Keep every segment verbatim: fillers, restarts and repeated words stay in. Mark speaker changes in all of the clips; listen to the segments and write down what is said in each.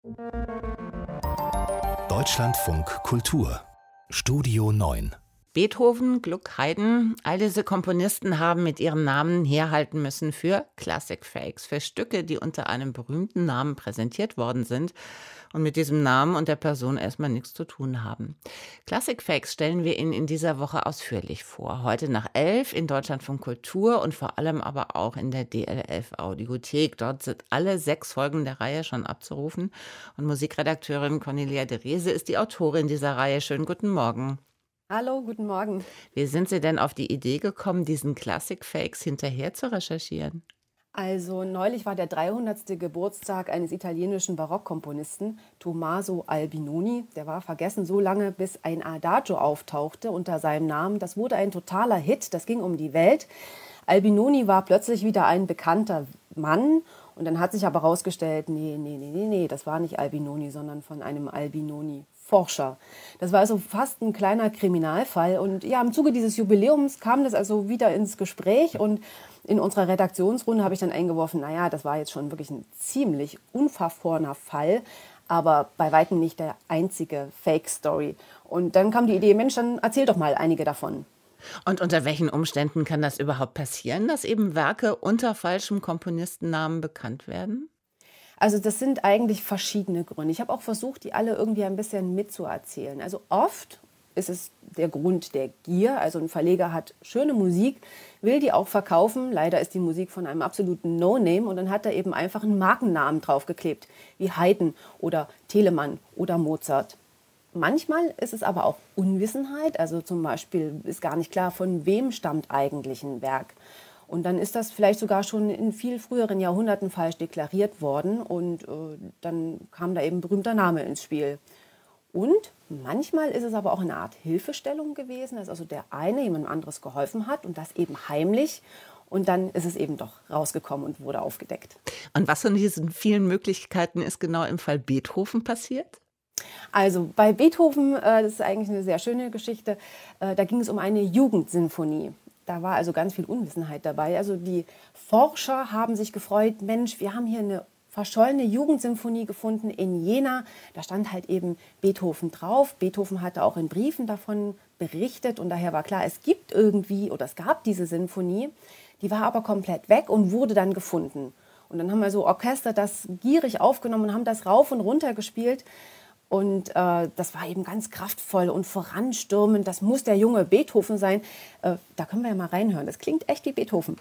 Speaker 1: Deutschlandfunk Kultur Studio neun.
Speaker 2: Beethoven, Gluck, Haydn, all diese Komponisten haben mit ihren Namen herhalten müssen für Classic Fakes, für Stücke, die unter einem berühmten Namen präsentiert worden sind und mit diesem Namen und der Person erstmal nichts zu tun haben. Classic Fakes stellen wir Ihnen in dieser Woche ausführlich vor. Heute nach elf in Deutschlandfunk Kultur und vor allem aber auch in der D L F Audiothek. Dort sind alle sechs Folgen der Reihe schon abzurufen. Und Musikredakteurin Cornelia de Rese ist die Autorin dieser Reihe. Schönen guten Morgen.
Speaker 3: Hallo, guten Morgen.
Speaker 2: Wie sind Sie denn auf die Idee gekommen, diesen Classic Fakes hinterher zu recherchieren?
Speaker 3: Also neulich war der dreihundertste Geburtstag eines italienischen Barockkomponisten, Tommaso Albinoni. Der war vergessen so lange, bis ein Adagio auftauchte unter seinem Namen. Das wurde ein totaler Hit, das ging um die Welt. Albinoni war plötzlich wieder ein bekannter Mann. Und dann hat sich aber herausgestellt, nee, nee, nee, nee, nee, das war nicht Albinoni, sondern von einem Albinoni-Forscher. Das war also fast ein kleiner Kriminalfall. Und ja, im Zuge dieses Jubiläums kam das also wieder ins Gespräch. Und in unserer Redaktionsrunde habe ich dann eingeworfen, naja, das war jetzt schon wirklich ein ziemlich unverfrorener Fall, aber bei weitem nicht der einzige Fake-Story. Und dann kam die Idee, Mensch, dann erzähl doch mal einige davon.
Speaker 2: Und unter welchen Umständen kann das überhaupt passieren, dass eben Werke unter falschem Komponistennamen bekannt werden?
Speaker 3: Also das sind eigentlich verschiedene Gründe. Ich habe auch versucht, die alle irgendwie ein bisschen mitzuerzählen. Also oft ist es der Grund der Gier. Also ein Verleger hat schöne Musik, will die auch verkaufen. Leider ist die Musik von einem absoluten No-Name und dann hat er eben einfach einen Markennamen draufgeklebt, wie Haydn oder Telemann oder Mozart. Manchmal ist es aber auch Unwissenheit, also zum Beispiel ist gar nicht klar, von wem stammt eigentlich ein Werk. Und dann ist das vielleicht sogar schon in viel früheren Jahrhunderten falsch deklariert worden und äh, dann kam da eben ein berühmter Name ins Spiel. Und manchmal ist es aber auch eine Art Hilfestellung gewesen, dass also der eine jemand anderes geholfen hat und das eben heimlich. Und dann ist es eben doch rausgekommen und wurde aufgedeckt.
Speaker 2: Und was von diesen vielen Möglichkeiten ist genau im Fall Beethoven passiert?
Speaker 3: Also bei Beethoven, äh, das ist eigentlich eine sehr schöne Geschichte, äh, da ging es um eine Jugendsinfonie. Da war also ganz viel Unwissenheit dabei. Also die Forscher haben sich gefreut, Mensch, wir haben hier eine verschollene Jugendsinfonie gefunden in Jena. Da stand halt eben Beethoven drauf. Beethoven hatte auch in Briefen davon berichtet und daher war klar, es gibt irgendwie oder es gab diese Sinfonie. Die war aber komplett weg und wurde dann gefunden. Und dann haben also Orchester das gierig aufgenommen und haben das rauf und runter gespielt. Und äh, das war eben ganz kraftvoll und voranstürmend. Das muss der junge Beethoven sein. Äh, da können wir ja mal reinhören. Das klingt echt wie Beethoven.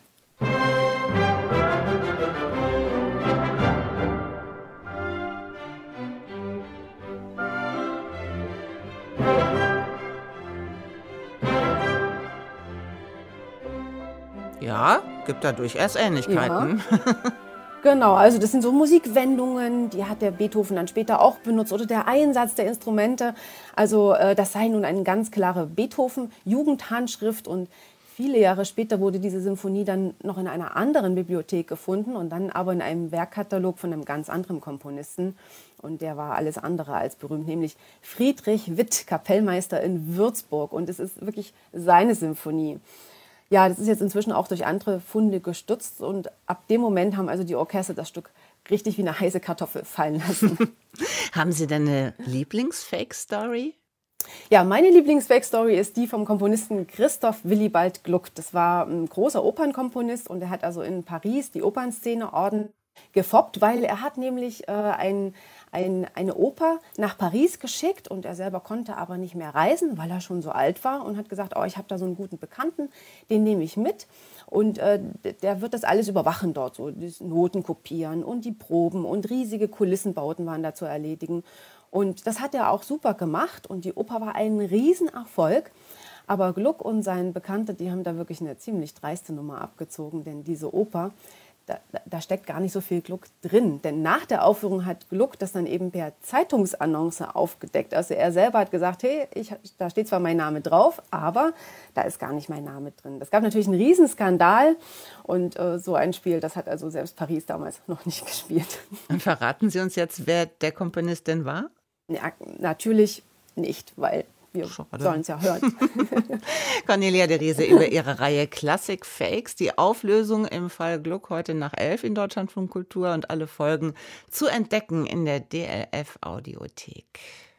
Speaker 2: Ja, gibt da durchaus Ähnlichkeiten.
Speaker 3: Ja. Genau, also das sind so Musikwendungen, die hat der Beethoven dann später auch benutzt oder der Einsatz der Instrumente. Also äh, das sei nun eine ganz klare Beethoven-Jugendhandschrift und viele Jahre später wurde diese Sinfonie dann noch in einer anderen Bibliothek gefunden und dann aber in einem Werkkatalog von einem ganz anderen Komponisten. Und der war alles andere als berühmt, nämlich Friedrich Witt, Kapellmeister in Würzburg. Und es ist wirklich seine Sinfonie. Ja, das ist jetzt inzwischen auch durch andere Funde gestützt und ab dem Moment haben also die Orchester das Stück richtig wie eine heiße Kartoffel fallen lassen.
Speaker 2: Haben Sie denn eine Lieblings-Fake-Story?
Speaker 3: Ja, meine Lieblings-Fake-Story ist die vom Komponisten Christoph Willibald Gluck. Das war ein großer Opernkomponist und er hat also in Paris die Opernszene ordentlich gefoppt, weil er hat nämlich äh, ein, ein, eine Oper nach Paris geschickt und er selber konnte aber nicht mehr reisen, weil er schon so alt war und hat gesagt, oh, ich habe da so einen guten Bekannten, den nehme ich mit und äh, der wird das alles überwachen dort, so die Noten kopieren und die Proben und riesige Kulissenbauten waren da zu erledigen. Und das hat er auch super gemacht und die Oper war ein Riesenerfolg. Aber Gluck und sein Bekannter, die haben da wirklich eine ziemlich dreiste Nummer abgezogen, denn diese Oper, Da, da steckt gar nicht so viel Gluck drin. Denn nach der Aufführung hat Gluck das dann eben per Zeitungsannonce aufgedeckt. Also er selber hat gesagt, hey, ich, da steht zwar mein Name drauf, aber da ist gar nicht mein Name drin. Das gab natürlich einen Riesenskandal und äh, so ein Spiel, das hat also selbst Paris damals noch nicht gespielt.
Speaker 2: Und verraten Sie uns jetzt, wer der Komponist denn war?
Speaker 3: Ja, natürlich nicht, weil wir
Speaker 2: Schade.
Speaker 3: sollen es ja hören.
Speaker 2: Cornelia de Riese über ihre Reihe Classic Fakes. Die Auflösung im Fall Gluck heute nach elf in Deutschlandfunk Kultur und alle Folgen zu entdecken in der D L F Audiothek.